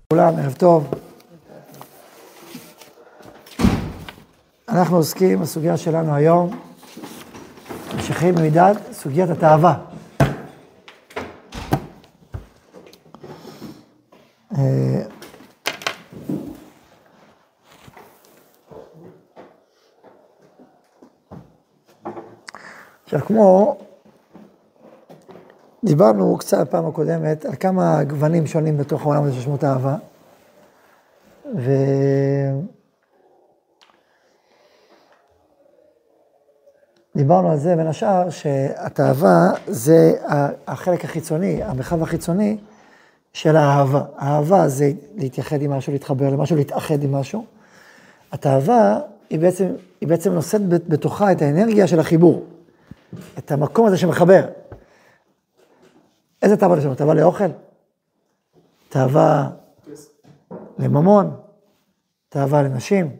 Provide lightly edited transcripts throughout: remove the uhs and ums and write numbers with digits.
כולם, ערב טוב. אנחנו עוסקים בסוגיה שלנו היום, המשכים במידת סוגיית התאווה. עכשיו, כמו דיברנו קצת בפעם הקודמת על כמה גוונים שונים בתוך העולם הזה ששמו תאווה, דיברנו על זה בין השאר שהתאווה זה החלק החיצוני, המרחב החיצוני של האהבה. האהבה זה להתייחד עם משהו, להתחבר למשהו, להתאחד עם משהו. התאווה היא בעצם נושאת בתוכה את האנרגיה של החיבור, את המקום הזה שמחבר. איזה תאווה לשם? תאווה לאוכל? תאווה לממון? תאווה לנשים?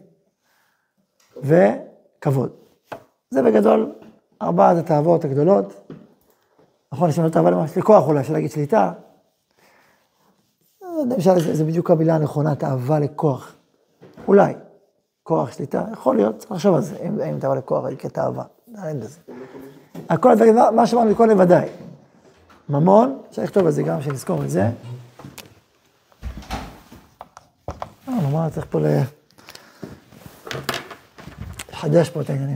וכבוד. זה בגדול ארבעת התאוות הגדולות. נכון, יש לנו תאווה לכוח אולי, אפשר להגיד שליטה. זה בדיוק המילה הנכונה, תאווה לכוח. אולי, כוח, שליטה, יכול להיות, צריך לחשוב על זה, אם תאווה לכוח היא כתאווה. אין בזה. כל הדברים, מה שאמרנו לקרוא לוודאי. ממון, אפשר לכתוב על זה גם, שנזכור את זה. ממון, צריך פה לחדש פה את העניינים.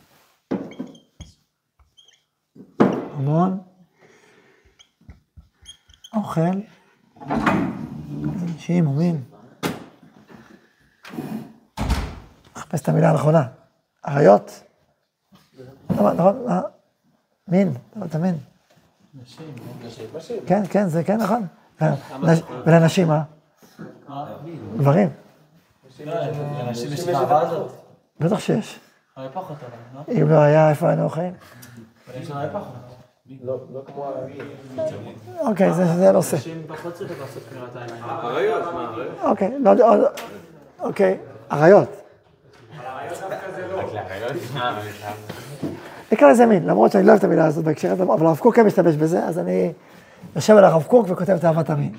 ממון, אוכל, אנשים, מומין. מחפש את המילה הנכונה. עריות? נכון? מין, אתה מין. נשים. כן, זה כן, נכון. ולנשים, מה? גברים. לנשים יש תאווה הזאת? בטח שיש. היה פחות אבל, לא? אם לא היה, איפה היינו חיים? יש היה פחות. לא כמו הרגיל. אוקיי, זה הנושא. נשים פחות צריכות לעשות קרירת העיניים. הרעיות, מה הרעיות? אוקיי, אוקיי, עריות. רק להרעיות? נקרא לזה מין, למרות שאני לא אוהב את המילה הזאת בהקשר הזה, אבל הרב קוק כן משתמש בזה, אז אני יושב על הרב קוק וכותב את אהבת המין.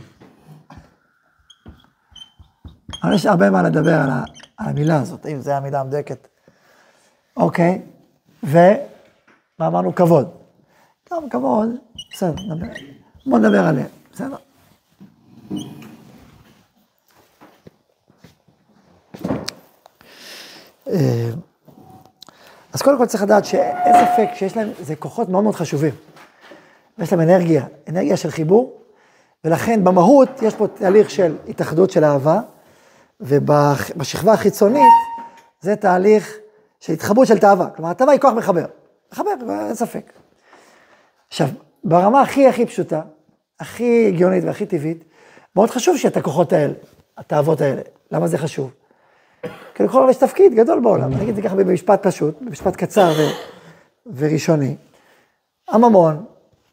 אבל יש הרבה מה לדבר על המילה הזאת, אם זו המילה המדויקת. אוקיי, ומה אמרנו? כבוד. גם כבוד, בסדר, בוא נדבר עליהם, בסדר. אז קודם כל צריך לדעת שאין ספק שיש להם, זה כוחות מאוד מאוד חשובים. יש להם אנרגיה של חיבור, ולכן במהות יש פה תהליך של התאחדות של אהבה, ובשכבה החיצונית זה תהליך של התחברות של תאווה. כלומר, התאווה היא כוח מחבר, אין ספק. עכשיו, ברמה הכי פשוטה, הכי הגיונית והכי טבעית, מאוד חשוב שאת הכוחות האלה, התאוות האלה. למה זה חשוב? כי לכל יש תפקיד גדול בעולם. אני אגיד את זה ככה במשפט פשוט, במשפט קצר וראשוני. הממון,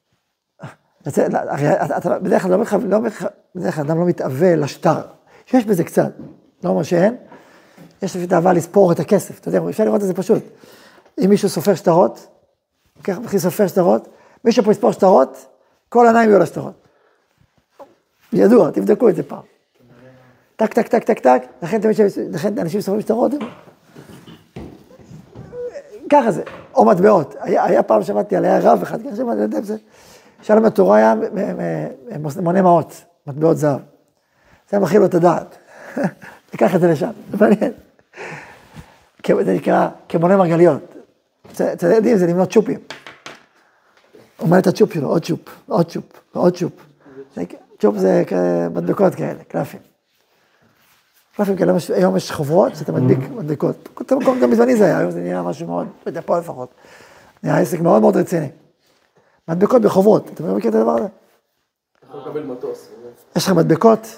בדרך כלל אדם לא מתאווה לשטר. יש בזה קצת, לא אומר שאין. יש לפי תאווה לספור את הכסף. אתה יודע, אפשר לראות את זה פשוט. אם מישהו סופר שטרות, ככה מתחיל סופר שטרות, מישהו פה יספור שטרות, כל העיניים יהיו לשטרות. ידוע, תבדקו את זה פעם. טק, טק, טק, טק, טק, לכן אנשים סופרים שטרות. ככה זה, או מטבעות. היה פעם שמעתי על היה רב אחד, ככה שמעתי, זה שלום התורה היה מונה מעות, מטבעות זהב. זה היה מכיל לו את הדעת. תיקח את זה לשם, זה מעניין. זה נקרא כמונה מרגליות. אתם יודעים, זה למנות צ'ופים. הוא מנה את הצ'ופ שלו, עוד צ'ופ, עוד צ'ופ, עוד צ'ופ. צ'ופ זה מדבקות כאלה, קלפים. קלפים כאלה, היום יש חוברות שאתה מדביק מדבקות. גם בזמני זה היה, היום זה נראה משהו מאוד, לא יודע, פה לפחות. נראה עסק מאוד מאוד רציני. מדבקות בחוברות, אתה מכיר את הדבר הזה? אתה יכול לקבל מטוס. יש לך מדבקות?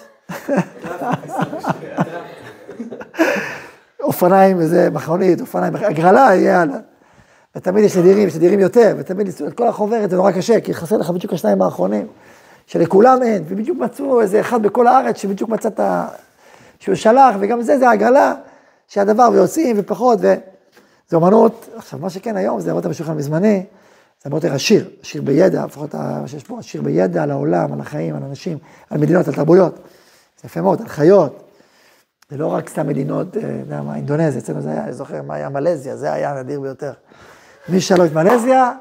אופניים וזה, מכונית, אופניים, הגרלה, יאללה. ותמיד יש נדירים יותר, ותמיד את כל החוברת זה נורא קשה, כי חסר לך בדיוק השניים האחרונים, שלכולם אין, ובדיוק מצאו איזה אחד בכל הארץ, שבדיוק מצאת שהוא שלח, וגם זה הגרלה, שהדבר ויוצאים ופחות, וזה אומנות. עכשיו, מה שכן היום, זה הרבה יותר משולחן מזמני, זה הרבה יותר עשיר בידע, לפחות מה שיש פה, עשיר בידע על העולם, על החיים, על אנשים, על מדינות, על תרבויות. זה יפה מאוד, הנחיות. זה לא רק סתם מדינות, יודע מה, אינדונזיה, אצלנו זה היה, אני זוכר מה היה מלזיה, זה היה נדיר ביותר. מי ששאלו את מלזיה,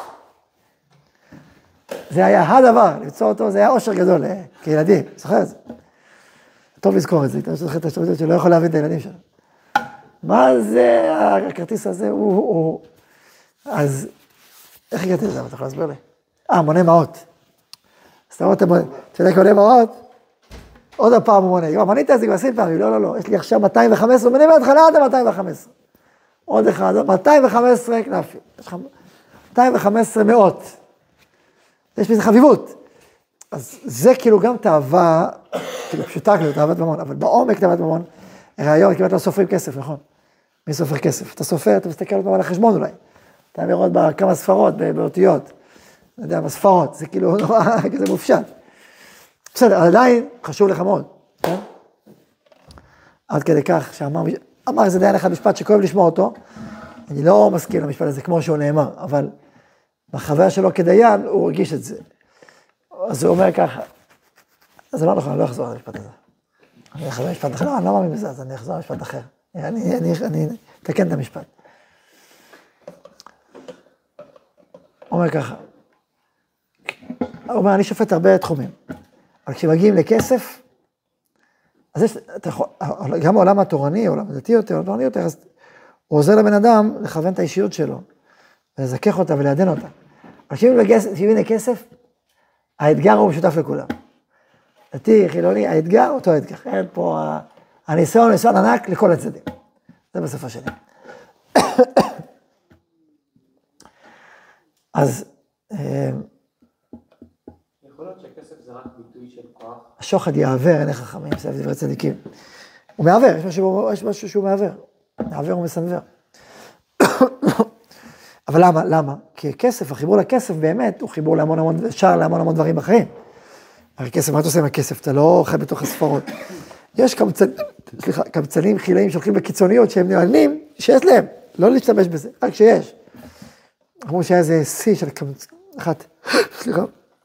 זה היה הדבר, למצוא אותו, זה היה אושר גדול, כילדים, זוכר את זה. טוב לזכור את זה, אתה זוכר את השתובדות שלא יכול להבין את הילדים שלו. מה זה, הכרטיס הזה הוא... אז, איך הגעתי לזה? אתה יכול להסביר לי? מונה מעות. אז אתה יודע מונה מעות? עוד הפעם הוא מונה. מנית את זה כבר 20 פעמים, לא, יש לי עכשיו 215, מנה מההתחלה עד 215. עוד אחד, 215 כנפי. יש לך 215 מאות. יש בזה חביבות. אז זה כאילו גם תאווה, כאילו פשוטה כאילו תאוות ממון, אבל בעומק תאוות ממון, הרעיון כמעט לא סופרים כסף, נכון? מי סופר כסף? אתה סופר, אתה מסתכל עוד פעם על החשבון אולי. אתה לראות בכמה ספרות, באותיות. אני יודע, בספרות, זה כאילו נורא כזה מופשט. בסדר, עדיין חשוב לך מאוד, כן? עד כדי כך שאמר איזה דיין אחד משפט שכואב לשמוע אותו, אני לא מסכים למשפט הזה כמו שהוא נאמר, אבל בחוויה שלו כדיין הוא הרגיש את זה. אז הוא אומר ככה, אז זה לא נכון, אני לא אחזור על המשפט הזה. אני אחזור על משפט אחר, אני לא מאמין בזה, אז אני אחזור על משפט אחר. אני אתקן את המשפט. הוא אומר ככה, הוא אומר, אני שופט הרבה תחומים, אבל כשמגיעים לכסף, אז יש, גם העולם התורני, העולם הדתי יותר, העולם התורני יותר, אז הוא עוזר לבן אדם לכוון את האישיות שלו, ולזכך אותה ולעדן אותה. אבל כשמגיעים לכסף, האתגר הוא משותף לכולם. דתי, חילוני, האתגר, אותו האתגר. אין פה, הניסיון ענק לכל הצדדים. זה בסופו שלי. אז... יכול להיות שהכסף זה רק ביטוי של כוח? השוחד יעבר, אין חכמים, זה דברי צדיקים. הוא מעבר, יש משהו שהוא מעבר. מעבר ומסנבר. אבל למה? למה? כי כסף, החיבור לכסף באמת, הוא חיבור להמון שער להמון דברים אחרים. הרי כסף, מה אתה עושה עם הכסף? אתה לא חי בתוך הספרות. יש קמצנים חילאים שהולכים בקיצוניות שהם נעלמים, שיש להם, לא להשתמש בזה, רק שיש. אמרו שהיה איזה שיא של אחת, סליחה.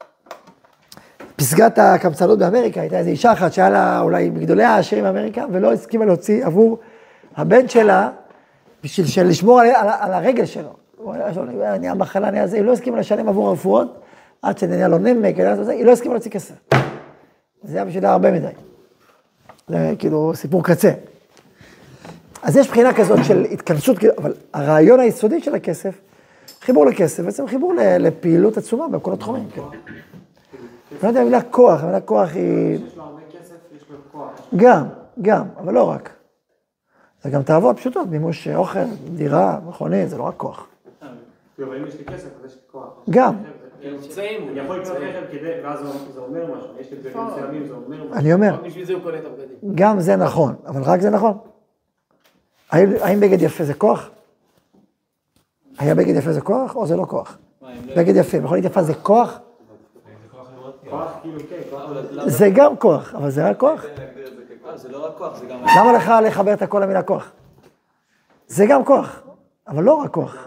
פסגת הקמצנות באמריקה, הייתה איזו אישה אחת שהיה לה אולי מגדולי העשירים באמריקה, ולא הסכימה להוציא עבור הבן שלה, בשביל לשמור על הרגל שלו. נהיה מחלה, נהיה זה, היא לא הסכימה לשלם עבור הרפואות, עד שנהיה לו נמק, היא לא הסכימה להוציא כסף. זה היה בשבילה הרבה מדי. זה כאילו סיפור קצה. אז יש בחינה כזאת של התכנסות, אבל הרעיון היסודי של הכסף, חיבור לכסף, בעצם חיבור לפעילות עצומה בכל התחומים. אני לא יודע, המילה כוח היא... יש לו הרבה כסף, יש לו כוח. גם, אבל לא רק. זה גם תאוות פשוטות, מימוש אוכל, דירה, מכונית, זה לא רק כוח. אבל אם יש לי כסף, אז יש לי כוח. גם. אני יכול לקנות רכב כדי, ואז זה אומר משהו, יש לי בגדים מסוימים, זה אומר משהו. אני אומר, בשביל זה הוא קונה את הבגדים. גם זה נכון, אבל רק זה נכון. האם בגד יפה זה כוח? היה בגד יפה זה כוח, או זה לא כוח? בגד יפה, מכונית יפה זה כוח? כוח כאילו כן, זה גם כוח, אבל זה רק כוח. זה לא רק כוח, זה גם... למה לך לחבר את הכל למילה כוח? זה גם כוח, אבל לא רק כוח.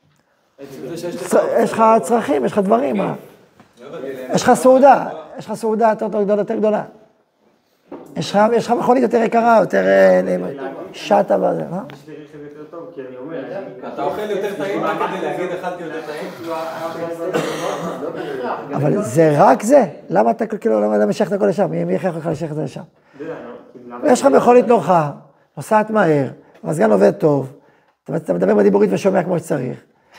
יש לך צרכים, יש לך דברים. יש לך סעודה יותר גדולה. יש לך מכונית יותר יקרה, יותר שטה בזה, לא? יש לי רכב יותר טוב, כי אני אומר... אתה אוכל יותר טעים, רק כדי להגיד אכלתי יותר טעים? אבל זה רק זה. למה אתה כאילו, למה אתה משך את הכל לשם? מי יכריח לך לשך את זה לשם? יש לך מכונית נוחה, נוסעת מהר, המזגן עובד טוב, אתה מדבר בדיבורית ושומע כמו שצריך,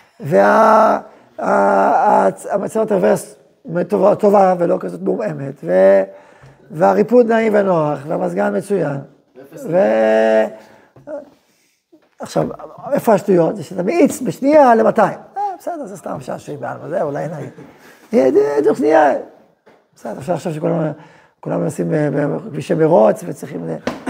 והמצלמת רוורס טובה ולא כזאת מורעמת, והריפוד נעים ונוח, והמזגן מצוין. עכשיו, איפה השטויות? זה שאתה מאיץ בשנייה ל-200. בסדר, זה סתם שעשוי בעלמה, זה אולי נעים. תוך שנייה. בסדר, אפשר עכשיו שכולם נוסעים בכבישי מרוץ וצריכים...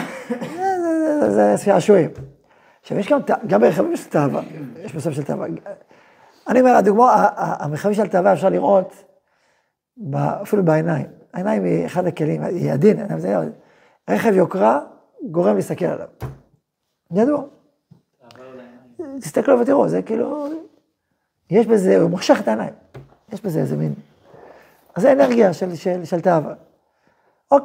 זה שעשועים. עכשיו, יש גם ברכבים של תאווה, יש בסוף של תאווה. אני אומר, הדוגמה, המרחבים של תאווה אפשר לראות אפילו בעיניים. העיניים היא אחד הכלים, היא עדין, רכב יוקרה גורם להסתכל עליו. ידוע. תסתכלו ותראו, זה כאילו, יש בזה, הוא מושך את העיניים. יש בזה איזה מין. אז זה אנרגיה של תאווה. אוקיי,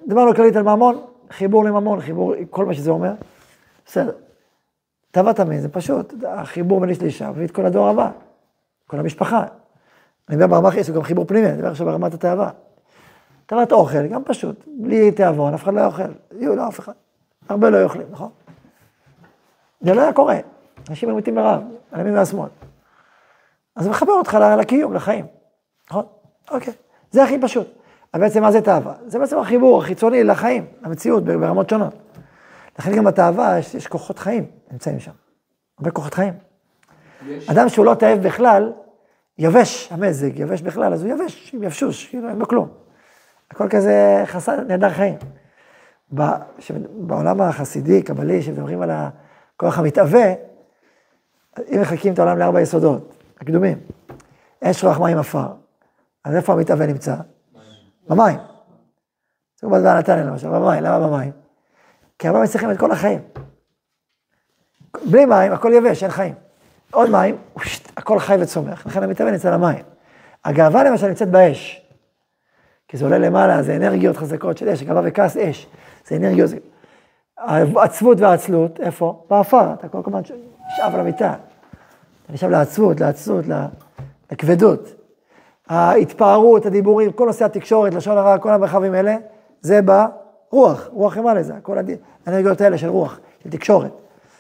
דיברנו כללית על ממון, חיבור לממון, חיבור, כל מה שזה אומר. בסדר. תאוות המין זה פשוט, החיבור בין איש לאישה, מביא את כל הדור הבא, כל המשפחה. אני מדבר ברמה אחרת, זה גם חיבור פנימי, אני מדבר עכשיו ברמת התאווה. תאוות אוכל, גם פשוט, בלי תאבון, אף אחד לא יאכל, יהיו לא אף אחד. הרבה לא יאכלים, נכון? זה לא היה קורה, אנשים מתים ברעב, על ימין והשמאל. אז זה מחבר אותך לקיום, לחיים, נכון? אוקיי, זה הכי פשוט. אבל בעצם מה זה תאווה? זה בעצם החיבור החיצוני לחיים, למציאות, ברמות שונות. לכן גם בתאווה יש כוחות חיים, נמצאים שם. הרבה כוחות חיים. אדם שהוא לא תאב בכלל, יבש המזג, יבש בכלל, אז הוא יבש, יבשוש, כאילו אין בו כלום. הכל כזה חסר, נהדר חיים. בעולם החסידי, קבלי, שמדברים על הכוח המתאווה, אם מחלקים את העולם לארבע יסודות, הקדומים, אש, רוח, מים, עפר. אז איפה המתאווה נמצא? במים. זה הוא בדבר נתן למשל, במים, למה במים? כי המים צריכים את כל החיים. בלי מים, הכל יבש, אין חיים. עוד מים, הכל חי וצומח, לכן המתאווה נמצא למים. הגאווה למשל נמצאת באש. כי זה עולה למעלה, זה אנרגיות חזקות של אש, גאווה וכעס אש. זה אנרגיות, העצבות והעצלות, איפה? באפר, אתה כל הזמן נשאב על המיטה. אתה נשאב לעצבות, לכבדות. ההתפארות, הדיבורים, כל נושא התקשורת, לשון הרע, כל המרחבים האלה, זה ברוח, רוח ימה לזה, כל האנרגיות האלה של רוח, של תקשורת.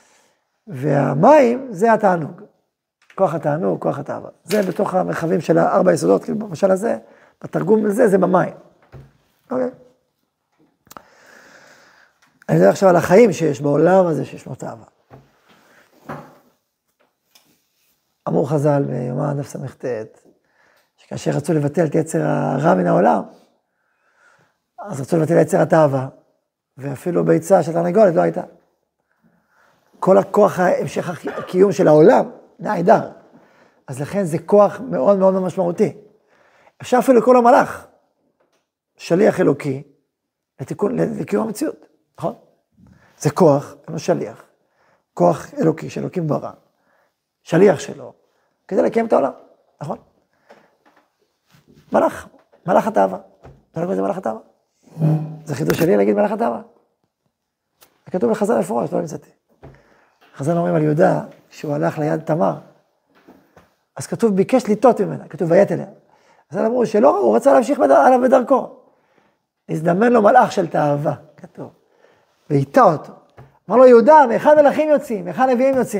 והמים זה התענוג, כוח התענוג, כוח התאווה. זה בתוך המרחבים של הארבע יסודות, כאילו במשל הזה, בתרגום לזה, זה במים. אוקיי. אני מדבר עכשיו על החיים שיש בעולם הזה, שיש בו תאווה. אמור חז"ל ביומן דף ס"ט, שכאשר רצו לבטל את יצר הרע מן העולם, אז רצו לבטל יצר התאווה, ואפילו ביצה של תרנגולת לא הייתה. כל הכוח המשך הקיום של העולם נעדר. אז לכן זה כוח מאוד מאוד משמעותי. אפשר אפילו לקרוא לו מלאך, שליח אלוקי, לקיום המציאות, נכון? זה כוח, אינו שליח, כוח אלוקי, שאלוקים ברא, שליח שלו, כדי לקיים את העולם, נכון? מלאך התאווה. אתה לא יודע מה זה מלאך התאווה? זה חידוש שלי להגיד מלאך התאווה. זה כתוב בחז"ל מפורש, לא נמצאתי. חז"ל אומרים על יהודה, כשהוא הלך ליד תמר, אז כתוב ביקש ליטות ממנה, כתוב ויית אליה. אז אמרו שלא, הוא רצה להמשיך עליו בדרכו. הזדמן לו מלאך של תאווה, כתוב. והיטה אותו. אמר לו יהודה, מאחד מלאכים יוצאים, מאחד נביאים יוצאים.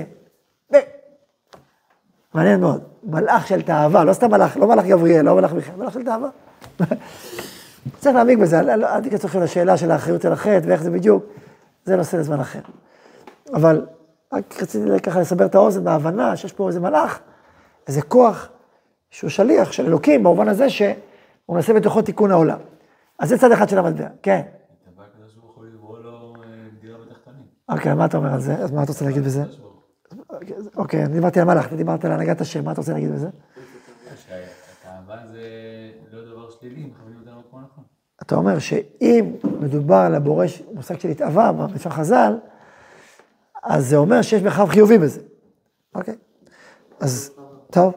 מעניין מאוד, מלאך של תאווה, לא סתם מלאך, לא מלאך גבריאל, לא מלאך מיכאל, מלאך של תאווה. צריך להעמיק בזה, אל תיכנס עכשיו לשאלה של האחריות על החטא ואיך זה בדיוק, זה נושא לזמן אחר. אבל רק רציתי ככה לסבר את האוזן בהבנה שיש פה איזה מלאך, איזה כוח שהוא שליח של אלוקים, במובן הזה שהוא מנסה בתוכו תיקון העולם. אז זה צד אחד של המטבע, כן. אתה בא כזה שהוא יכול לברוא לו דירה בתחתונים. אוקיי, מה אתה אומר על זה? אז מה אתה רוצה להגיד בזה? אוקיי, אני דיברתי על מלאך, אתה דיברת על הנהגת השם, מה אתה רוצה להגיד בזה? שהתאווה זה לא דבר שלילי, מכוונים אותנו כמו נכון. אתה אומר שאם מדובר על הבורש, מושג של התאווה, בלשון חז"ל, אז זה אומר שיש מרחב חיובי בזה. אוקיי? אז, טוב.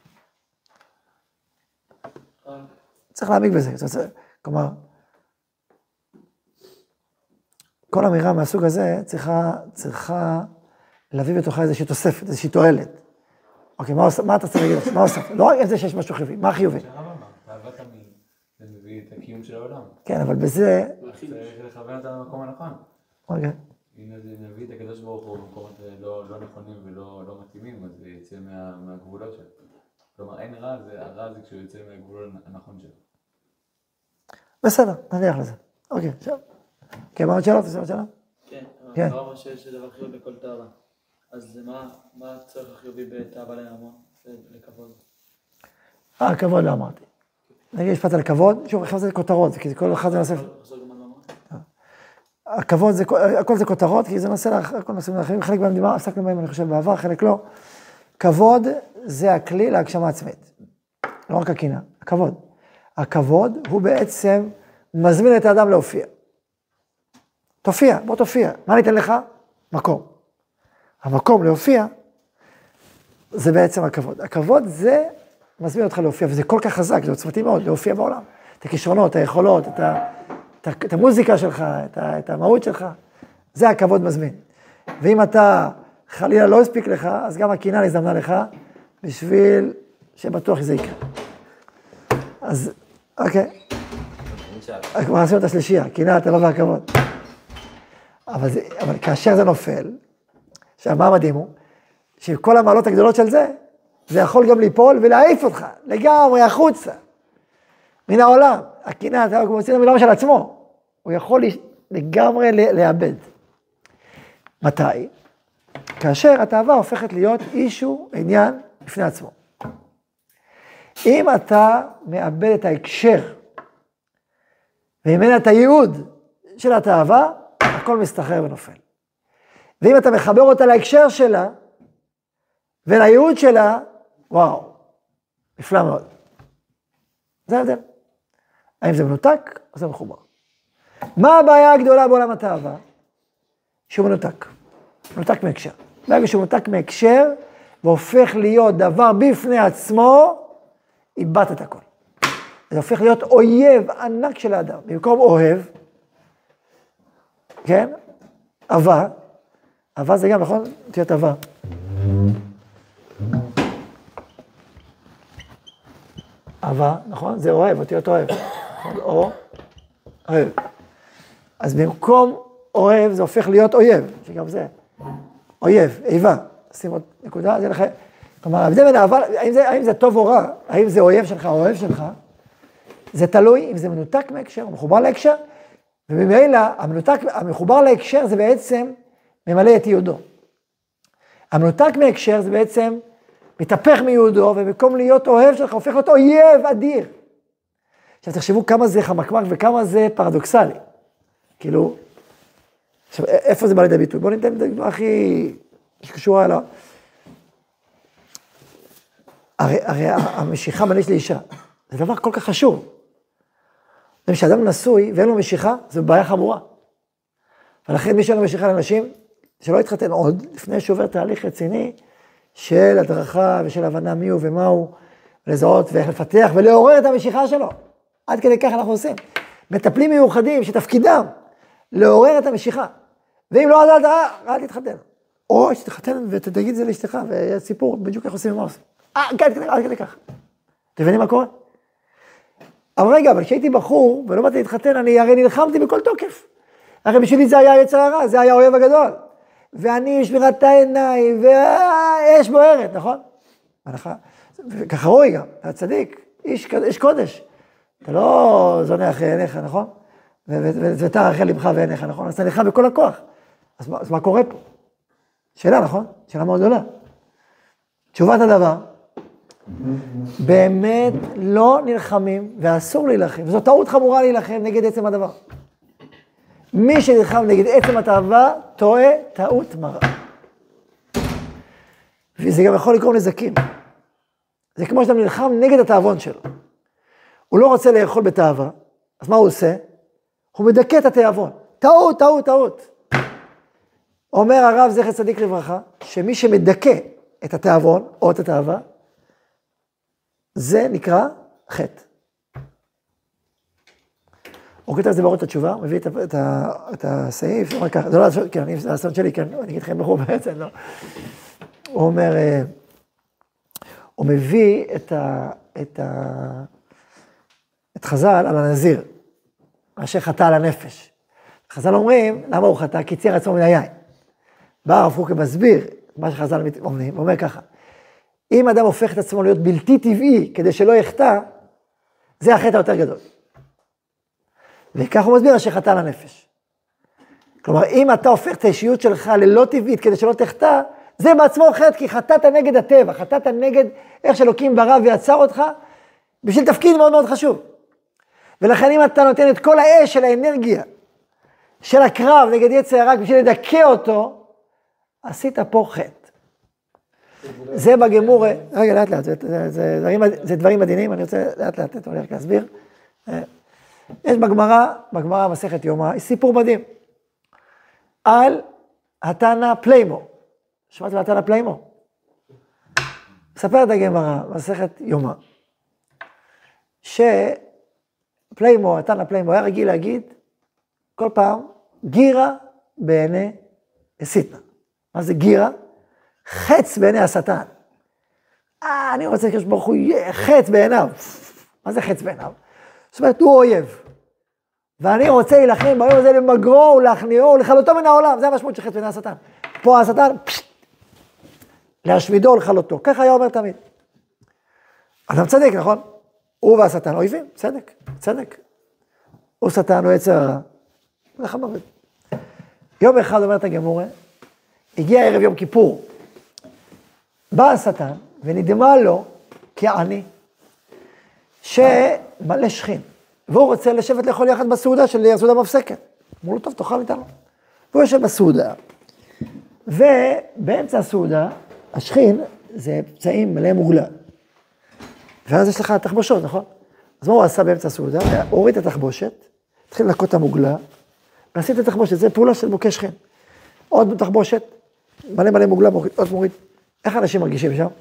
צריך להעמיק בזה. כלומר, כל אמירה מהסוג הזה צריכה להביא בתוכה איזושהי תוספת, איזושהי תועלת. אוקיי, מה אתה רוצה להגיד? מה הוסף? לא רק זה שיש משהו חיובי, מה חיובי? תאוות המין, זה מביא את הקיום של העולם. כן, אבל בזה... צריך לכוון אותנו למקום הנכון. אוקיי. אם נביא את הקדוש ברוך הוא במקומות לא נכונים ולא מתאימים, אז זה יצא מהגבולות שלו. כלומר, אין רע, הרע זה כשהוא יוצא מהגבול הנכון שלו. בסדר, נניח לזה. אוקיי, עכשיו. כן, מה עוד שאלות? יש עוד שאלה? כן, אבל אמרנו שיש דבר חיובי בכל תאווה. אז מה הצורך החיובי בתאווה להמון, לכבוד? כבוד לא אמרתי. נגיד משפט על כבוד, שוב, עכשיו זה כותרות, כי כל אחד זה נושא... הכבוד זה, הכל זה כותרות, כי זה נושא, הכל נושאים אחרים, חלק בהם דימה, עסקנו בהם, אני חושב, בעבר, חלק לא. כבוד זה הכלי להגשמה עצמית. לא רק הקינה, הכבוד. הכבוד הוא בעצם מזמין את האדם להופיע. תופיע, בוא תופיע. מה ניתן לך? מקום. המקום להופיע, זה בעצם הכבוד. הכבוד זה מזמין אותך להופיע, וזה כל כך חזק, זה עוצמתי מאוד, להופיע בעולם. את הכישרונות, את היכולות, את המוזיקה שלך, את המהות שלך, זה הכבוד מזמין. ואם אתה חלילה לא הספיק לך, אז גם הקנאה נזדמנה לך, בשביל שבטוח שזה יקרה. אז, אוקיי. כבר עשינו את השלישייה, קנאה, הטבה והכבוד. אבל כאשר זה נופל, עכשיו, מה מדהים הוא? שכל המעלות הגדולות של זה, זה יכול גם ליפול ולהעיף אותך, לגמרי החוצה, מן העולם. הקנאה, אתה כמו מוציא למילה של עצמו, הוא יכול לגמרי לאבד. מתי? כאשר התאווה הופכת להיות אישו, עניין, בפני עצמו. אם אתה מאבד את ההקשר, וממנה את הייעוד של התאווה, הכל מסתחרר ונופל. ואם אתה מחבר אותה להקשר שלה, ולייעוד שלה, וואו, נפלא מאוד. זה ההבדל. האם זה מנותק או זה מחובר? מה הבעיה הגדולה בעולם התאווה? שהוא מנותק. מנותק מהקשר. ברגע שהוא מנותק מהקשר, והופך להיות דבר בפני עצמו, איבדת את הכל. זה הופך להיות אויב ענק של האדם. במקום אוהב, כן? אהבה. אהבה זה גם, נכון? תהיה אהבה. אהבה, נכון? זה אוהב, אותיות אוהב. נכון? או, אוהב. אז במקום אוהב, זה הופך להיות אויב, שגם זה. אויב, איבה. שים עוד נקודה, זה לכם. כלומר, ההבדל בין אהבה, האם זה טוב או רע, האם זה אויב שלך או אוהב שלך, זה תלוי אם זה מנותק מהקשר, או מחובר להקשר, ובמילא, המחובר להקשר זה בעצם ממלא את ייעודו. המנותק מהקשר זה בעצם מתהפך מיעודו, ובמקום להיות אוהב שלך, הופך להיות אויב אדיר. עכשיו תחשבו כמה זה חמקמק וכמה זה פרדוקסלי. כאילו, עכשיו איפה זה בא לידי ביטוי? בואו ניתן דוגמה הכי שקשורה אליו. הרי המשיכה בין איש לאישה, זה דבר כל כך חשוב. כשאדם נשוי ואין לו משיכה, זו בעיה חמורה. ולכן מי שאין לו משיכה לאנשים, שלא יתחתן עוד, לפני שעובר תהליך רציני, של הדרכה ושל הבנה מי הוא ומה הוא, ולזהות ואיך לפתח ולעורר את המשיכה שלו. עד כדי כך אנחנו עושים. מטפלים מיוחדים שתפקידם לעורר את המשיכה. ואם לא, אז אל תתחתן. או שתתחתן ותגיד את זה לאשתך, ויהיה סיפור בדיוק איך עושים ומה עושים. עד כדי כך. אתם מבינים מה קורה? אבל רגע, אבל כשהייתי בחור ולא באתי להתחתן, אני הרי נלחמתי בכל תוקף. הרי בשבילי זה היה יצר הרע, זה היה האויב הגדול. ואני שמירת העיניים, והאש בוערת, נכון? וככה רואי גם, אתה צדיק, איש קודש. אתה לא זונח עיניך, נכון? ותר אחרי לבך ועיניך, נכון? אז אתה נלחם בכל הכוח. אז מה קורה פה? שאלה, נכון? שאלה מאוד גדולה. תשובת הדבר, באמת לא נלחמים, ואסור להילחם, וזו טעות חמורה להילחם נגד עצם הדבר. מי שנלחם נגד עצם התאווה, טועה טעות מרה. וזה גם יכול לקרוא נזקים. זה כמו שאתה נלחם נגד התאבון שלו. הוא לא רוצה לאכול בתאווה, אז מה הוא עושה? הוא מדכא את התאבון. טעות, טעות, טעות. אומר הרב זכר צדיק לברכה, שמי שמדכא את התאבון או את התאווה, זה נקרא חטא. הוא כותב את זה ברות התשובה, הוא מביא את הסעיף, הוא אומר ככה, זה לא לעשות, כן, אני לעשות שלי, כן, אני אגיד לכם בחור בעצם, לא. הוא אומר, הוא מביא את חז"ל על הנזיר, אשר חטא על הנפש. חז"ל אומרים, למה הוא חטא? כי צייר עצמו מן היין. בא הרב קוק מסביר מה שחז"ל אומרים, הוא אומר ככה, אם אדם הופך את עצמו להיות בלתי טבעי כדי שלא יחטא, זה החטא היותר גדול. וכך הוא מסביר אשר חטא על הנפש. כלומר, אם אתה הופך את האישיות שלך ללא טבעית כדי שלא תחטא, זה בעצמו חטא, כי חטאת נגד הטבע, חטאת נגד איך שאלוקים ברא ויצר אותך, בשביל תפקיד מאוד מאוד חשוב. ולכן אם אתה נותן את כל האש של האנרגיה, של הקרב נגד יצר הרע, בשביל לדכא אותו, עשית פה חטא. זה בגמור, רגע, לאט לאט, זה דברים מדהימים, אני רוצה לאט לאט, אני הולך להסביר. יש בגמרא מסכת יומא, יש סיפור מדהים, על התנא פלימו. שמעתם על התנא פלימו? מספר את הגמרא, מסכת יומא, שפלימו, התנא פלימו, היה רגיל להגיד, כל פעם, גירה בעיני סיטנה. מה זה גירה? חץ בעיני השטן. אני רוצה לקדוש ברוך הוא יהיה חץ בעיניו. מה זה חץ בעיניו? זאת אומרת, הוא אויב. ואני רוצה להילחם ביום הזה למגרו, להכניעו, לכלותו מן העולם. זה המשמעות של חץ בעיני השטן. פה השטן, להשמידו ולכלותו. ככה היה אומר תמיד. אדם צדק, נכון? הוא והשטן אויבים, צדק, צדק. הוא שטן, הוא יצר הרע. לך מוות. יום אחד אומרת הגמורה, הגיע ערב יום כיפור. בא השטן ונדמה לו כעני שמלא שכין. והוא רוצה לשבת לאכול יחד בסעודה של הסעודה מפסקת. אמרו לו, טוב, תאכל איתנו. והוא יושב בסעודה. ובאמצע הסעודה, השכין זה פצעים מלא מוגלה. ואז יש לך תחבושות, נכון? אז מה הוא עשה באמצע הסעודה? הוא הוריד את התחבושת, התחיל לנקות את המוגלה, ועשית את התחבושת, זה פעולה של מוכה שכין. עוד תחבושת, מלא מוגלה, עוד מוריד. איך אנשים מרגישים שם?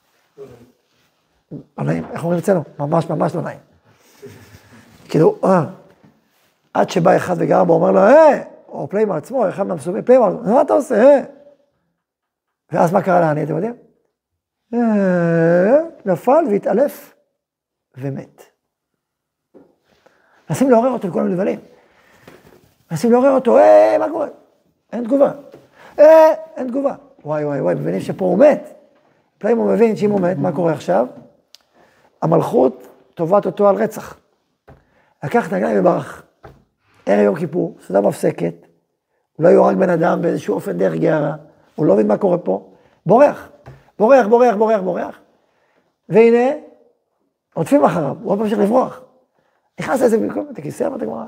לא נעים, איך אומרים אצלנו? ממש לא נעים. כאילו, עד שבא אחד וגר בו, אומר לו, או פליימר עצמו, אחד מהמסומים, פליימר, מה אתה עושה? ואז מה קרה לעני, אתם יודעים? נפל והתעלף ומת. נשים לעורר אותו לכולם לבלים. נשים לעורר אותו, מה קורה? אין תגובה. אין תגובה. וואי, מבינים שפה הוא מת. פליימר מבין שאם הוא מת, מה קורה עכשיו? המלכות תובעת אותו על רצח. לקח את הרגליים וברח. ערב יום כיפור, סעודה מפסקת, הוא לא יורג בן אדם באיזשהו אופן דרך גערה, הוא לא מבין מה קורה פה, בורח, והנה, עוטפים אחריו, הוא עוד ממשיך לברוח. נכנס איזה במקום, את הכיסא, מה אתה גמרא?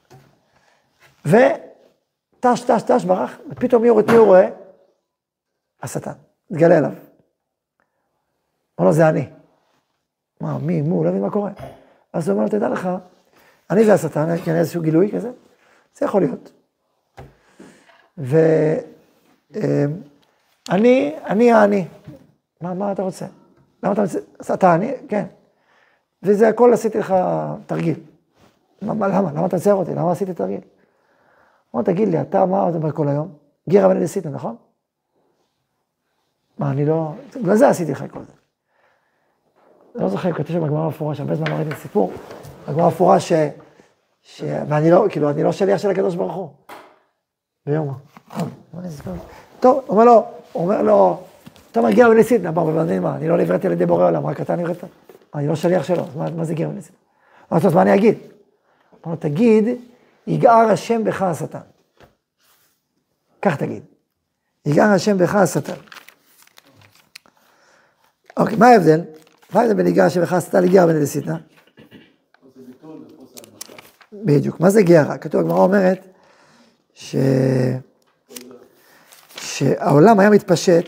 וטש, ברח, ופתאום מי הוא רואה? השטן, התגלה אליו. אמר לו, זה אני. מה, מי, הוא לא מבין מה קורה. אז הוא אומר לו, תדע לך, אני זה השטן, כי אני איזשהו גילוי כזה, זה יכול להיות. אני. מה אתה רוצה? למה אתה רוצה? אתה אני? כן. וזה הכל עשיתי לך תרגיל. למה אתה מצייר אותי? למה עשיתי תרגיל? אמר, תגיד לי, אתה מה אומר כל היום? גירה בני דסיטנא, נכון? מה, אני לא... בגלל זה עשיתי לך כל זה. אני לא זוכר, כתוב שבגמרא המפורש, הרבה זמן ראיתי את הסיפור, הגמרא המפורש ואני לא, כאילו, אני לא שליח של הקדוש ברוך הוא. ביום. טוב, אומר לו, אתה מגיע בני דסיטנא, מה, אני לא נבראתי על ידי בורא עולם, רק אתה נבראת. אני לא שליח שלו, אז מה זה גירה בני דסיטנא? אמרתי לו, מה אני אגיד? אמר לו, תגיד, יגער השם בך השטן. כך תגיד. יגער השם בך השטן. אוקיי, מה ההבדל? מה ההבדל בין יגער השם בך השטן לגיער בני דסיטנא? בדיוק, מה זה גיערה? כתוב, הגמרא אומרת שהעולם היה מתפשט,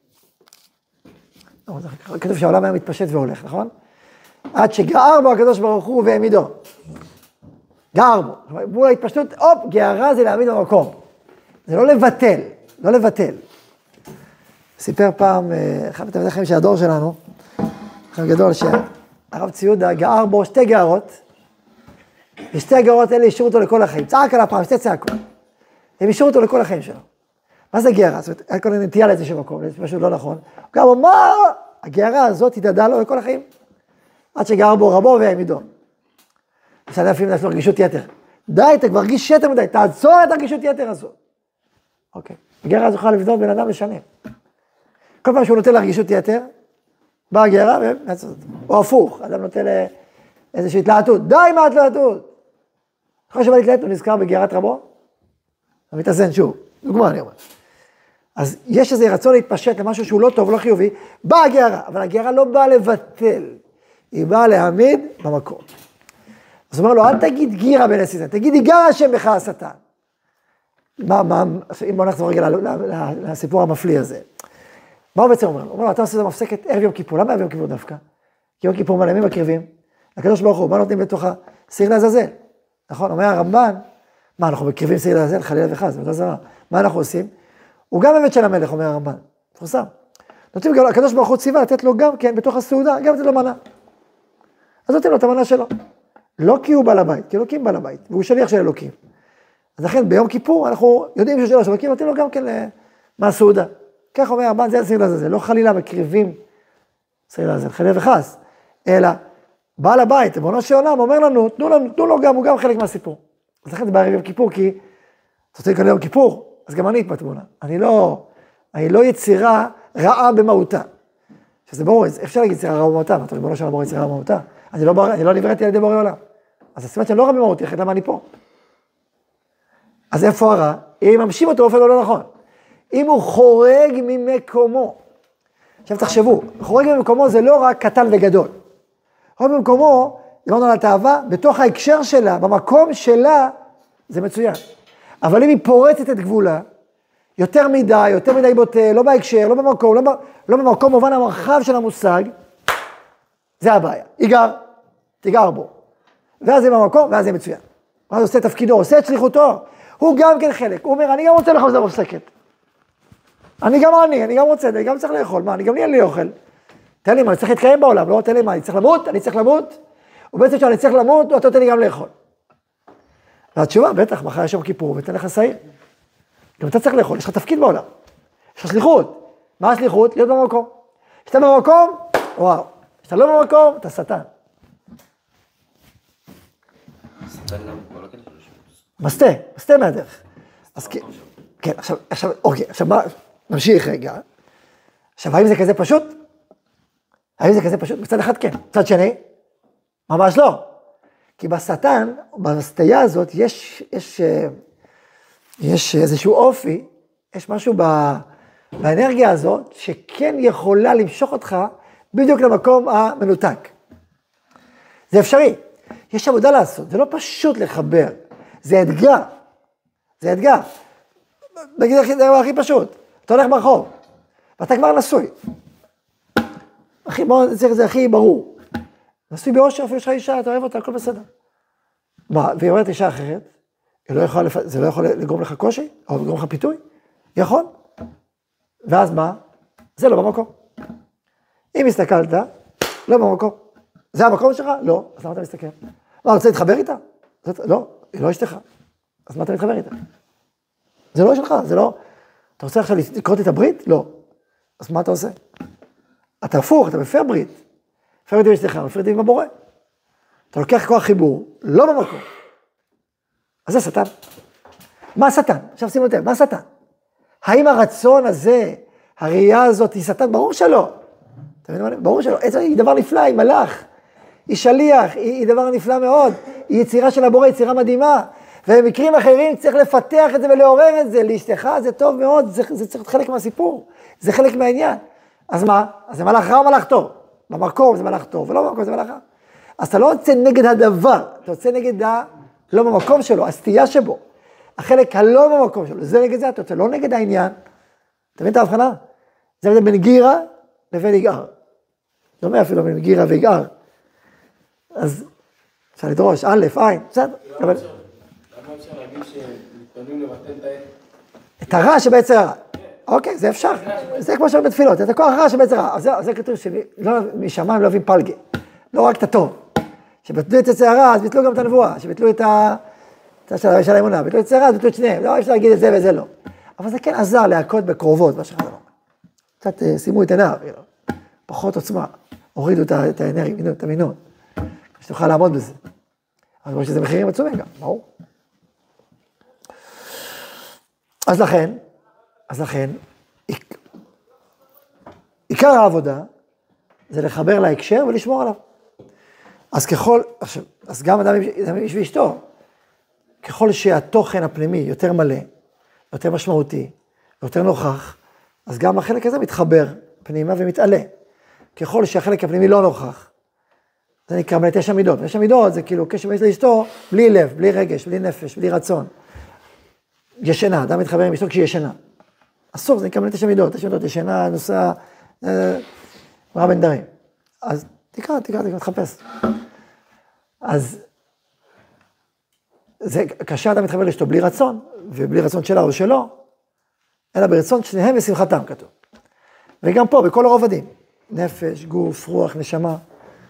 כתוב שהעולם היה מתפשט והולך, נכון? עד שגער בו הקדוש ברוך הוא והעמידו. גער בו. מול ההתפשטות, גיערה זה להעמיד במקום. זה לא לבטל. סיפר פעם, אחד מתלמידי החיים של הדור שלנו, חיים גדול, שהרב ציודה גער בו 2 גערות, ושתי הגערות האלה אישרו אותו לכל החיים. צעק על הפעם, 2 צעקות. הם אישרו אותו לכל החיים שלו. מה זה גערה? זאת אומרת, היה כל נטייה לאיזשהו מקום, זה משהו לא נכון. הוא גם אמר, הגערה הזאת התדדה לו לכל החיים. עד שגער בו רבו והעמידו. בסדר, אפילו נעשה לו רגישות יתר. די, אתה כבר רגיש יתר מדי, תעצור את הרגישות יתר הזו. אוקיי. הגערה הזו יכולה לבדוק בן אדם לשנים. כל פעם שהוא נותן לרגישות יתר, באה הגערה ונעצור אותו. או הפוך, אדם נותן איזושהי התלהטות. די מה התלהטות? אחרי שבא להתלהט, הוא נזכר בגערת רבו, הוא מתאזן שוב. דוגמה, אני אומר. אז יש איזה רצון להתפשט למשהו שהוא לא טוב, לא חיובי, באה הגערה, אבל הגערה לא באה לבטל, היא באה להעמיד במקום. אז הוא אומר לו, אל תגיד גירה בני דסיטנא, תגיד יגער השם בך השטן. אם בוא נחזור רגע לסיפור המפליא הזה. מה הוא בעצם אומר לו? הוא אומר לו, אתה עושה את המפסקת ערב יום כיפור, למה ערב יום כיפור דווקא? כי יום כיפור מלא, מי מקריבים? הקדוש ברוך הוא, מה נותנים בתוכה? שעיר לעזאזל. נכון, אומר הרמב"ן, מה אנחנו מקריבים שעיר לעזאזל, חלילה וחס, זאת הזרה. מה אנחנו עושים? הוא גם אמת של המלך, אומר הרמב"ן. תפורסם. נותנים גם, הקדוש ברוך הוא ציווה לתת לו גם כן, בתוך הסעודה, גם לתת לו מנה. אז נותנים לו את המנה שלו. לא כי הוא בעל הבית, כי אלוקים בעל הבית, והוא שליח של אלוקים. אז לכן ביום כיפור אנחנו יודעים שיש לו שווקים, נותנים לו גם כן מהסעודה. כך אומר הרמב"ן, זה הסעיל הזה, לא חלילה מקריבים סעיל הזה, חלילה וחס, אלא בעל הבית, ריבונו של עולם, אומר לנו, תנו לו גם, הוא גם חלק מהסיפור. אז לכן זה בערב יום כיפור, כי אתה רוצה לקרוא ליום כיפור, אז גם אני בתמונה. אני לא יצירה רעה במהותה. שזה ברור, אפשר להגיד יצירה רעה במהותה, אתה ריבונו של עולם יצירה רעה במהותה. אני לא נבראתי על ידי בורא עולם. אז הסימן שאני לא רע במהותי, אחרת למה אני פה? אז איפה הרע? אם ממשים אותו באופן לא נכון. אם הוא חורג ממקומו. עכשיו תחשבו, חורג ממקומו זה לא רק קטן וגדול. חורג ממקומו, דיברנו על התאווה, בתוך ההקשר שלה, במקום שלה, זה מצוין. אבל אם היא פורצת את גבולה, יותר מדי בוטה, לא בהקשר, לא במקום, לא במקום מובן המרחב של המושג, זה הבעיה. תיגר בו. ואז זה במקום, ואז זה מצוין. ואז עושה תפקידו, עושה את שליחותו. הוא גם כן חלק. הוא אומר, אני גם רוצה לאכול זר מפסקת. אני גם רוצה, אני גם צריך לאכול. מה, גם לי אוכל. תן לי מה, אני צריך להתקיים בעולם, לא? תן לי מה, אני צריך למות. ובעצם שאני צריך למות, אתה נותן לי גם לאכול. והתשובה, בטח, מחר יש יום כיפור, ותן לך שעיר. גם אתה צריך לאכול, יש לך תפקיד בעולם. יש לך שליחות. מה השליחות? להיות במקום. כשאתה במקום, וואו. כשאתה לא במקום, אתה שטן. מסתה מהדרך. אז כן, עכשיו, אוקיי, עכשיו נמשיך רגע. עכשיו, האם זה כזה פשוט? מצד אחד כן. מצד שני, ממש לא. כי בשטן, בסטייה הזאת, יש איזשהו אופי, יש משהו באנרגיה הזאת, שכן יכולה למשוך אותך בדיוק למקום המנותק. זה אפשרי. יש עבודה לעשות, זה לא פשוט לחבר, זה אתגר. נגיד הדבר הכי פשוט, אתה הולך ברחוב, ואתה כבר נשוי. זה הכי ברור. נשוי באושר, אפילו יש לך אישה, אתה אוהב אותה, הכל בסדר. מה, והיא אומרת אישה אחרת, זה לא יכול לגרום לך קושי, או לגרום לך פיתוי? יכול. ואז מה? זה לא במקום. אם הסתכלת, לא במקום. זה המקום שלך? לא. אז למה אתה מסתכל? מה, רוצה להתחבר איתה? לא, היא לא אשתך. אז מה אתה מתחבר איתה? זה לא שלך, זה לא... אתה רוצה עכשיו לקרות את הברית? לא. אז מה אתה עושה? אתה הפוך, אתה מפר ברית. מפר ברית עם אשתך, מפר ברית עם הבורא. אתה לוקח כוח חיבור, לא במקום. אז זה שטן. מה שטן? עכשיו שימו לב, מה שטן? האם הרצון הזה, הראייה הזאת היא שטן? ברור שלא. אתה מבין מה אני? ברור שלא. היא דבר נפלא, היא מלאך. היא שליח, היא דבר נפלא מאוד. היא יצירה של הבורא, יצירה מדהימה. ובמקרים אחרים צריך לפתח את זה ולעורר את זה. לאשתך זה טוב מאוד, זה צריך להיות חלק מהסיפור. זה חלק מהעניין. אז מה? אז זה מלאך רע או מלאך טוב? במקום זה מלאך טוב, ולא במקום זה מלאך רע. אז אתה לא יוצא נגד הדבר, אתה יוצא נגד לא במקום שלו, הסטייה שבו. החלק הלא במקום שלו, זה נגד זה, אתה יוצא לא נגד העניין. אתה מבין את ההבחנה? זה בין גירה לבין יגער. זה אומר אפילו בין גירה ויגער. אז אפשר לדרוש, א', עין, בסדר. למה אפשר להגיד שמתכוונים לבטל את הרע שבעצם הרע. אוקיי, זה אפשר. זה כמו שאומר בתפילות, את הכוח הרע שבעצם הרע. זה כתוב שמשמיים לא אוהבים פלגה. לא רק את הטוב. שבטלו את יצר הרע, אז ביטלו גם את הנבואה. שבטלו את של האמונה. ביטלו את יצר הרע, אז ביטלו את שניהם. לא אפשר להגיד את זה וזה לא. אבל זה כן עזר להכות בקרובות, מה שאתה אומר. קצת שימו את עיניו, פחות עוצמה. הורידו את האנרגיה, את המינון. שתוכל לעמוד בזה. אבל כמו שזה מחירים עצומים גם, ברור. אז לכן, עיקר העבודה זה לחבר להקשר ולשמור עליו. אז גם אדם איש ואשתו, ככל שהתוכן הפנימי יותר מלא, יותר משמעותי, יותר נוכח, אז גם החלק הזה מתחבר פנימה ומתעלה. ככל שהחלק הפנימי לא נוכח, זה נקרא בני 9 מידות. 9 מידות זה כאילו קשר בין לאשתו, בלי לב, בלי רגש, בלי נפש, בלי רצון. ישנה, אדם מתחבר עם אשתו כשהיא ישנה. אסור, זה נקרא בני 9 מידות. 9 מידות, ישנה, נוסע, רע בין דרים. אז תקרא, תחפש. אז זה כאשר אדם מתחבר לאשתו בלי רצון, ובלי רצון שלה או שלו, אלא ברצון שניהם ושמחתם כתוב. וגם פה, בכל הרובדים, נפש, גוף, רוח, נשמה.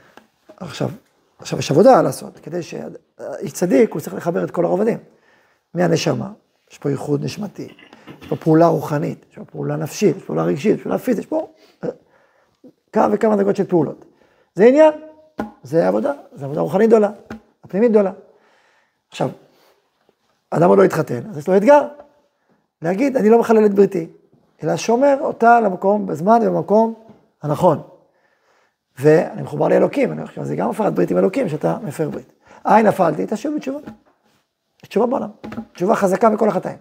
עכשיו יש עבודה לעשות, כדי שאיש צדיק הוא צריך לחבר את כל הרובדים. מהנשמה. יש פה ייחוד נשמתי, יש פה פעולה רוחנית, יש פה פעולה נפשית, יש פה פעולה רגשית, יש פעולה פיזית, יש פה כמה וכמה דרגות של פעולות. זה עניין, זה עבודה רוחנית גדולה, הפנימית גדולה. עכשיו, אדם עוד לא התחתן, אז יש לו אתגר, להגיד, אני לא מחלל את בריתי, אלא שומר אותה למקום, בזמן ובמקום הנכון. ואני מחובר לאלוקים, אני חושב, זה גם הפרת ברית עם אלוקים, שאתה מפר ברית. נפלתי, תשוב בתשובה. יש תשובה בעולם, תשובה חזקה מכל החטאים.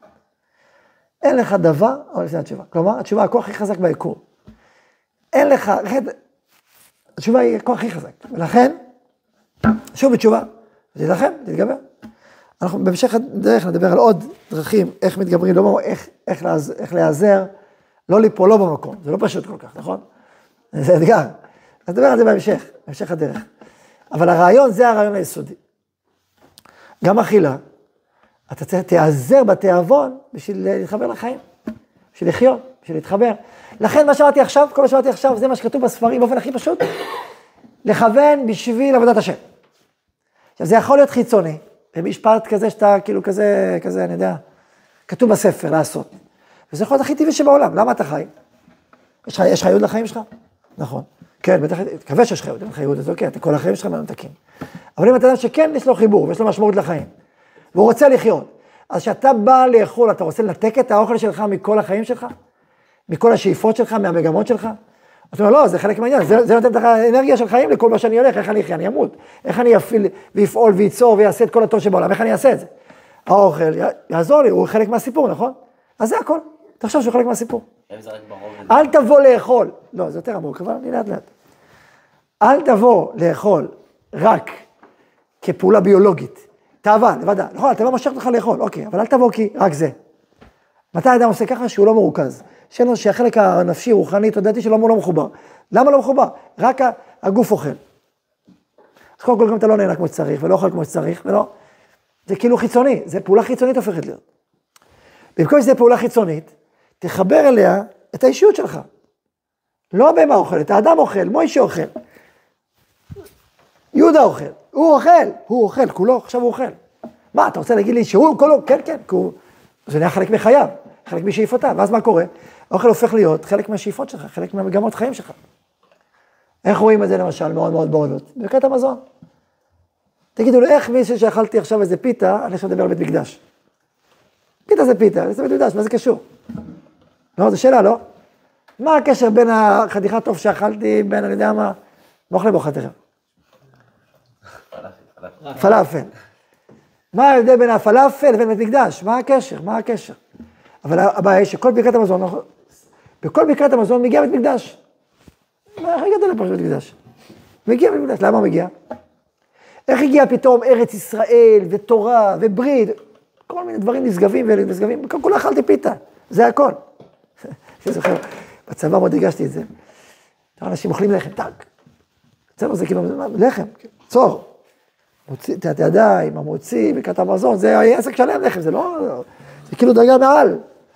אין לך דבר, אבל לפני התשובה. כלומר, התשובה הכוח הכי חזק בעיקור. אין לך, התשובה היא הכוח הכי חזק. ולכן, שוב בתשובה, תתלחם, תתגבר. אנחנו בהמשך הדרך נדבר על עוד דרכים, איך מתגברים, לא איך להיעזר, לא ליפול לא במקום. זה לא פשוט כל כך, נכון? זה אתגר. אז נדבר על זה בהמשך הדרך. אבל הרעיון, זה הרעיון היסודי. גם אכילה, אתה תיעזר בתיאבון בשביל להתחבר לחיים, בשביל לחיות, בשביל להתחבר. לכן מה שאמרתי עכשיו, כל מה שאמרתי עכשיו, זה מה שכתוב בספרים באופן הכי פשוט, לכוון בשביל עבודת השם. עכשיו זה יכול להיות חיצוני, במשפט כזה שאתה כאילו כזה, אני יודע, כתוב בספר לעשות. וזה יכול להיות הכי טבעי שבעולם, למה אתה חי? יש חיות לחיים שלך? נכון. כן, בטח, תקווה שיש חיות, אין חיות, אז אוקיי, כל החיים שלך מנותקים. אבל אם אתה יודע שכן, יש לו חיבור, ויש לו משמעות לחיים, והוא רוצה לחיות, אז כשאתה בא לאכול, אתה רוצה לנתק את האוכל שלך מכל החיים שלך? מכל השאיפות שלך, מהמגמות שלך? אתה אומר, לא, זה חלק מהעניין, זה נותן לך אנרגיה של חיים לכל מה שאני הולך, איך אני אחיה, אני אמות, איך אני אפעיל ויפעול וייצור ויעשה את כל הטוב שבעולם, איך אני אעשה את זה? האוכל יעזור לי, הוא חלק מהסיפור, נכון? אז זה הכל, תחשוב שהוא חלק מהסיפור. אל תבוא לאכול, לא, זה יותר עמוק, אבל אני לאט. אל תבוא לאכול רק כפעולה ביולוגית, תאווה, לבדה, נכון, אתה לא משך לך לאכול, אוקיי, אבל אל תבוא כי רק זה. מתי אדם עושה ככה שהוא לא מרוכז? שהחלק הנפשי, רוחני, תודעתי שלא לא מחובר. למה לא מחובר? רק הגוף אוכל. אז קודם כל גם אתה לא נהנה כמו שצריך, ולא אוכל כמו שצריך, ולא. זה כאילו חיצוני, זה פעולה חיצונית הופכת להיות. במקום שזה פעולה חיצונית, תחבר אליה את האישיות שלך. לא הבמה אוכלת, האדם אוכל, מוישה אוכל. יהודה אוכל, הוא אוכל, כולו, עכשיו הוא אוכל. מה, אתה רוצה להגיד לי שהוא, כולו, כן, כי זה נהיה חלק מחייו, חלק משאיפותיו, ואז מה קורה? האוכל הופך להיות חלק מהשאיפות שלך, חלק מהמגמות חיים שלך. איך רואים את זה למשל מאוד מאוד בעולות? בברכת המזון. תגידו לי, איך מישהו שאכלתי עכשיו איזה פיתה, אני עכשיו מדבר על בית מקדש. פיתה זה פיתה, זה בית מקדש, מה זה קשור? לא, זו שאלה, לא? מה הקשר בין החתיכת טוב שאכלתי, בין אני יודע מה, מאוכל בו חתיכה? פלאפל. מה ההבדל בין הפלאפל לבין בית מקדש? מה הקשר? אבל הבעיה היא שכל ברכת המזון, בכל ברכת המזון מגיע בית מקדש. איך הגעת לפה בית מקדש? מגיע בית מקדש, למה הוא מגיע? איך הגיע פתאום ארץ ישראל ותורה וברית, כל מיני דברים נשגבים ונשגבים, כולה אכלתי פיתה, זה הכל. אני זוכר, בצבא מאוד הגשתי את זה. אנשים אוכלים לחם, טק. אצלנו זה כאילו לחם, צור. מוציא את הידיים, המוציא, ברכת המזון, זה עסק שלם לחם, זה לא, זה כאילו דרגה מעל.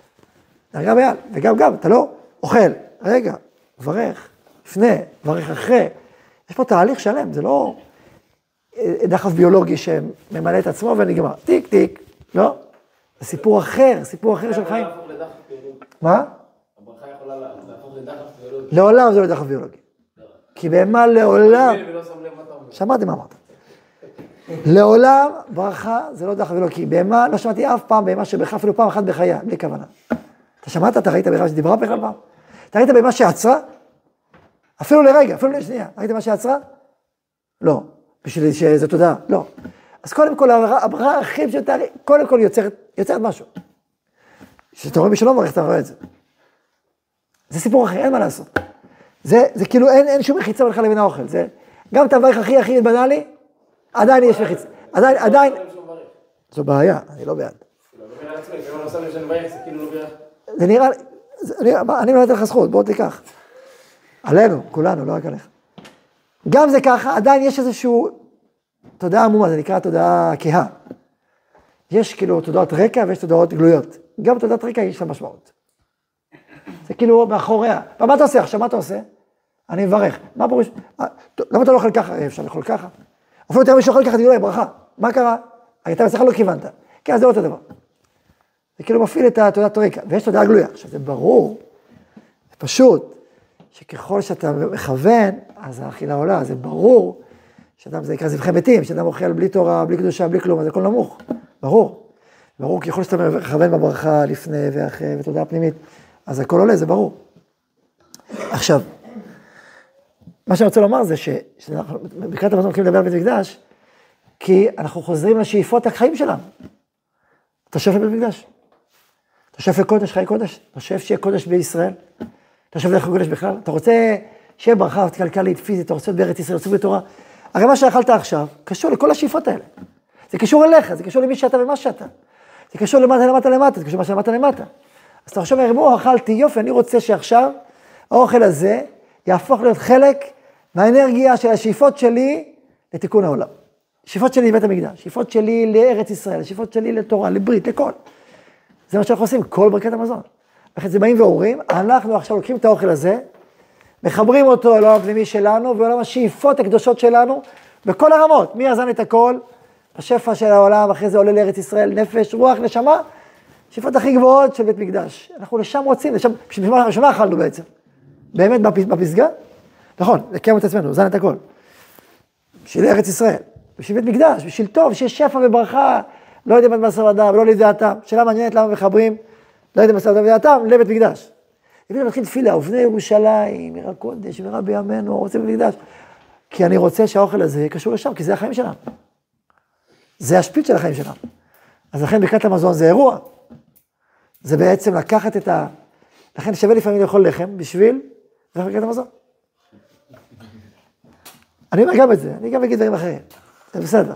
וגם, אתה לא אוכל, רגע, מברך, לפני, מברך אחרי. יש פה תהליך שלם, זה לא דחף ביולוגי שממלא את עצמו ונגמר. טיק, לא? זה סיפור אחר של חיים. מה? הברכה יכולה להפוך לדחף ביולוגי. לעולם זה לא דחף ביולוגי. כי בהמה לעולם, שמעתי מה אמרת. לעולם ברכה זה לא דחף ביולוגי, כי בהמה, לא שמעתי אף פעם בהמה שבכה אפילו פעם אחת בחייה, בלי כוונה. אתה שמעת? אתה ראית בהמה שדיברה בכלל פעם? אתה ראית בהמה שעצרה? אפילו לרגע, אפילו לשנייה. ראית מה שעצרה? לא. בשביל שזה תודה? לא. אז קודם כל, הברכה הכי פשוטה, קודם כל יוצרת משהו. כשאתה רואה בשלום, איך אתה רואה את זה? זה סיפור אחר, אין מה לעשות. זה כאילו, אין שום מחיצה בינך לבין האוכל. זה, גם אתה מברך הכי בנאלי, עדיין יש מחיצה. עדיין. זו בעיה, אני לא בעד. זה נראה, אני לא נותן לך זכות, בוא תיקח. עלינו, כולנו, לא רק עליך. גם זה ככה, עדיין יש איזשהו תודעה עמומה, זה נקרא תודעה כהה. יש כאילו תודעות רקע ויש תודעות גלויות. גם תודעת רקע יש לה משמעות. זה כאילו מאחוריה. מה אתה עושה עכשיו? מה אתה עושה? אני מברך. מה פירוש? למה אתה לא אוכל ככה? אפשר לאכול ככה. אפילו יותר מישהו אוכל ככה, תגידו להם ברכה. מה קרה? אתה בצלחה לא כיוונת. כן, זה אותו דבר. זה כאילו מפעיל את תודעת רקע, ויש תודעה גלויה. עכשיו, זה ברור, זה פשוט, שככל שאתה מכוון, אז האכילה עולה, זה ברור, שאדם זה נקרא זבחי מתים, שאדם אוכל בלי תורה, בלי קדושה, בלי כלום, אז הכל נמוך. ברור. ברור, ככל שאתה מכוון בברכה לפני ואחרי, ותודעה פנימית, אז הכל עולה, זה ברור. עכשיו, מה שאני רוצה לומר זה שבקראת המזון מתחילים לדבר על בית מקדש, כי אנחנו חוזרים לשאיפות החיים שלנו. אתה שואף לבית מקדש. אתה שואף לקודש, חיי קודש. אתה שואף שיהיה קודש בישראל. אתה שואף לחיי קודש בכלל. אתה רוצה שיהיה ברכה כלכלית, פיזית, אתה רוצה בארץ ישראל, רוצה בתורה. הרי מה שאכלת עכשיו, קשור לכל השאיפות האלה. זה קשור אליך, זה קשור למי שאתה ומה שאתה. זה קשור למטה, זה קשור למה למטה. אז אתה חושב, אכלתי, יופי, אני רוצה שעכשיו האוכל הזה יהפוך להיות חלק מהאנרגיה של השאיפות שלי לתיקון העולם. שאיפות שלי לבית המקדש, שאיפות שלי לארץ ישראל, שאיפות שלי לתורה, לברית, לכל. זה מה שאנחנו עושים, כל ברכת המזון. לכן זה באים ואומרים, אנחנו עכשיו לוקחים את האוכל הזה, מחברים אותו לעולם הפנימי שלנו, ועולם השאיפות הקדושות שלנו, בכל הרמות. מי יזן את הכל? השפע של העולם, אחרי זה עולה לארץ ישראל, נפש, רוח, נשמה, שאיפות הכי גבוהות של בית מקדש. אנחנו לשם רוצים, בשביל מה אכלנו בעצם? באמת בפסגה? נכון, לקיים את עצמנו, זן את הכל. בשביל ארץ ישראל, בשביל בית מקדש, בשביל טוב, שיש שפע וברכה, לא יודעים את מסר אדם, לא לדעתם, שאלה מעניינת למה מחברים, לא יודעים מסר אדם ודעתם, לבית מקדש. לפעמים מתחיל תפילה, ובני ירושלים, עיר הקודש, ורבי ימינו, רוצה בית מקדש. כי אני רוצה שהאוכל הזה יהיה קשור לשם, כי זה החיים שלנו. זה השפיץ של החיים שלנו. אז לכן ברכת המזון זה אירוע. זה בעצם לקחת את לכן שווה לפעמים לאכול לחם, בשביל ברכת המזון. אני אומר גם את זה, אני גם אגיד דברים אחרים. זה בסדר.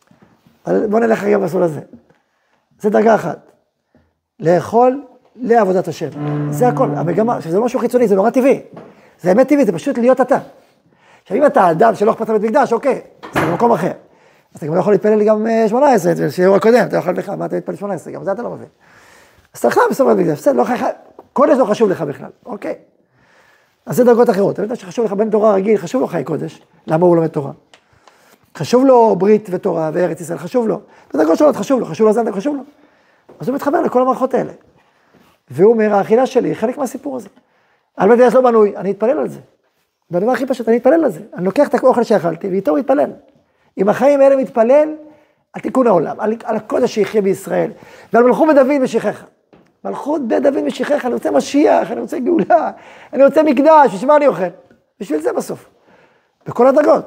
אבל בוא נלך גם במסלול הזה. זה דרגה אחת. לאכול לעבודת השם. זה הכל, המגמה. עכשיו, זה משהו חיצוני, זה נורא טבעי. זה אמת טבעי, זה פשוט להיות אתה. עכשיו, אם אתה אדם שלא אכפת לבית מקדש, אוקיי, זה במקום אחר. אז אתה גם לא יכול להתפלל גם 18, שיעור הקודם, אתה יכול לך, מה אתה מתפלל 18, גם זה אתה לא מבין. אז אתה חייב בסוף בית מקדש, בסדר, קודש לא חשוב לך בכלל, אוקיי. אז זה דרגות אחרות, אתה יודע שחשוב לך בן תורה רגיל, חשוב לו חיי קודש, למה הוא לומד תורה? חשוב לו ברית ותורה וארץ ישראל, חשוב לו. בדרגות שונות חשוב לו זנדק, חשוב לו. אז הוא מתחבר לכל המערכות האלה. והוא אומר, האכילה שלי, חלק מהסיפור הזה. על בית מקדש לא בנוי, אני אתפלל על זה. והדבר הכי פשוט, אני אתפלל על זה. אני לוקח את האוכל שאכלתי, ואיתו הוא יתפלל. עם החיים האלה מתפלל על תיקון העולם, על הקודש שיחיה בישראל, ועל מלכות בית דוד משיחך. מלכות בית דוד משיחך, אני רוצה משיח, אני רוצה גאולה, אני רוצה מקדש, בשביל מה אני אוכל? בשביל זה בסוף. בכל הדרגות.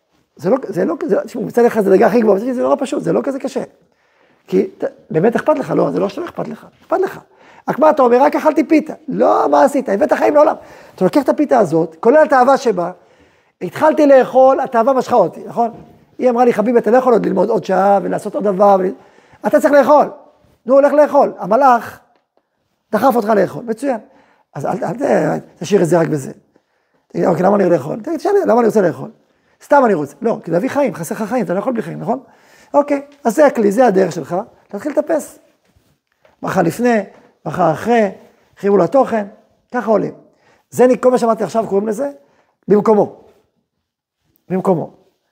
זה לא, מצד אחד זה דרגה הכי גבוהה, זה לא פשוט, זה לא כזה קשה. כי באמת אכפת לך, לא, זה לא שלא אכפת לך, אכפת לך. רק מה אתה אומר, רק אכלתי פיתה. לא, מה עשית? הבאת חיים לעולם. אתה לוקח את הפיתה הזאת, כולל התאווה שבה, התחלתי לאכול, התאווה משכה אותי, נכון? היא אמרה לי, חביבי, אתה לא יכול עוד ללמוד עוד שעה ולעשות עוד דבר, אתה צריך לאכול. נו, הולך לאכול. המלאך דחף אותך לאכול, מצוין. אז אל תשאיר את זה רק בזה. תגיד, אוקיי, למה אני לאכול? תגיד, למה אני רוצה לאכול? סתם אני רוצה. לא, כי להביא חיים, חסר לך חיים, אתה לא יכול בלי חיים, נכון? אוקיי, אז זה הכלי, זה הדרך שלך, תתחיל לטפס. ברכה לפני, ברכה אחרי, חיבור לתוכן, ככה עולים. זה כל מה שאמרתי עכשיו, קוראים לזה, במקומו. במקומו.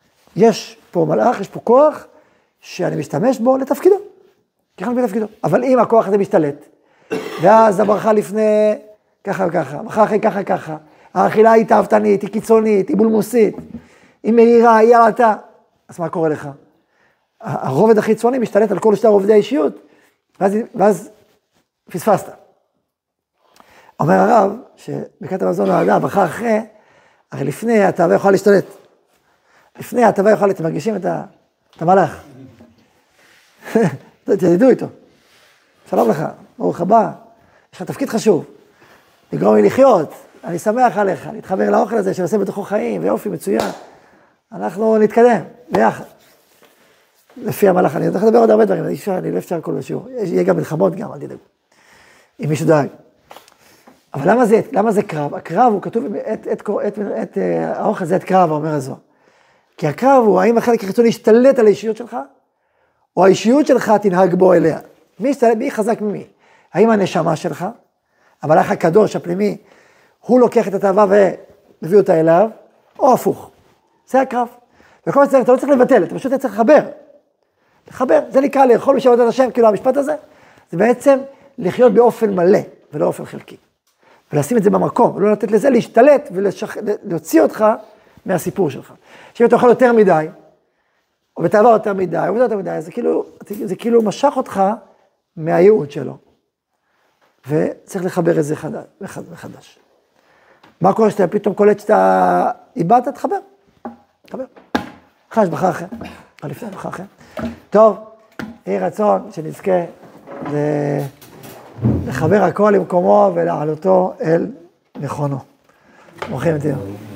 יש פה מלאך, יש פה כוח, שאני משתמש בו לתפקידו. ככה בתפקידו. אבל אם הכוח הזה משתלט, ואז הברכה לפני, ככה וככה, ברכה אחרי ככה וככה, האכילה היא תאוותנית, היא קיצונית, היא בולמוסית, היא מהירה, היא עלתה, אז מה קורה לך? הרובד החיצוני משתלט על כל שתי רובדי האישיות, ואז פספסת. אומר הרב, שברכת המזון האדם, ברכה אחרי, הרי לפני התאווה יכולה להשתלט. לפני התאווה יכולה, אתם מרגישים את המלאך. תדעו איתו. שלום לך, ברוך הבא, יש לך תפקיד חשוב. לגרום לי לחיות, אני שמח עליך, להתחבר לאוכל הזה, שנעשה בתוכו חיים, ויופי, מצוין. אנחנו נתקדם, ביחד. לפי המלאך, אני הולך לדבר עוד הרבה דברים, אני לא אפשר כל בשיעור. יהיה גם מלחמות גם, אל תדאגו. אם מישהו דאג. אבל למה זה קרב? הקרב הוא כתוב, את האוכל זה את קרב, אומר הזוהר. כי הקרב הוא, האם החלק החיצוני ישתלט על האישיות שלך, או האישיות שלך תנהג בו אליה. מי חזק ממי? האם הנשמה שלך, המלאך הקדוש, הפנימי, הוא לוקח את התאווה ומביא אותה אליו, או הפוך. זה הקרב. וכל מצטער, אתה לא צריך לבטל, אתה פשוט צריך לחבר. לחבר, זה נקרא לאכול בשבועת השם, כאילו המשפט הזה, זה בעצם לחיות באופן מלא, ולא באופן חלקי. ולשים את זה במקום, ולא לתת לזה להשתלט, ולהוציא אותך מהסיפור שלך. שאם אתה אוכל יותר מדי, או בתאווה יותר מדי, או יותר מדי, זה כאילו משך אותך מהייעוד שלו. וצריך לחבר את זה מחדש. מה קורה שאתה פתאום קולט שאתה איבדת? תחבר. תחבר. חש בחר אחר. או לפני בחר אחר. טוב, יהי רצון שנזכה לחבר הכל למקומו ולעלותו אל נכונו. ברוכים תהיו.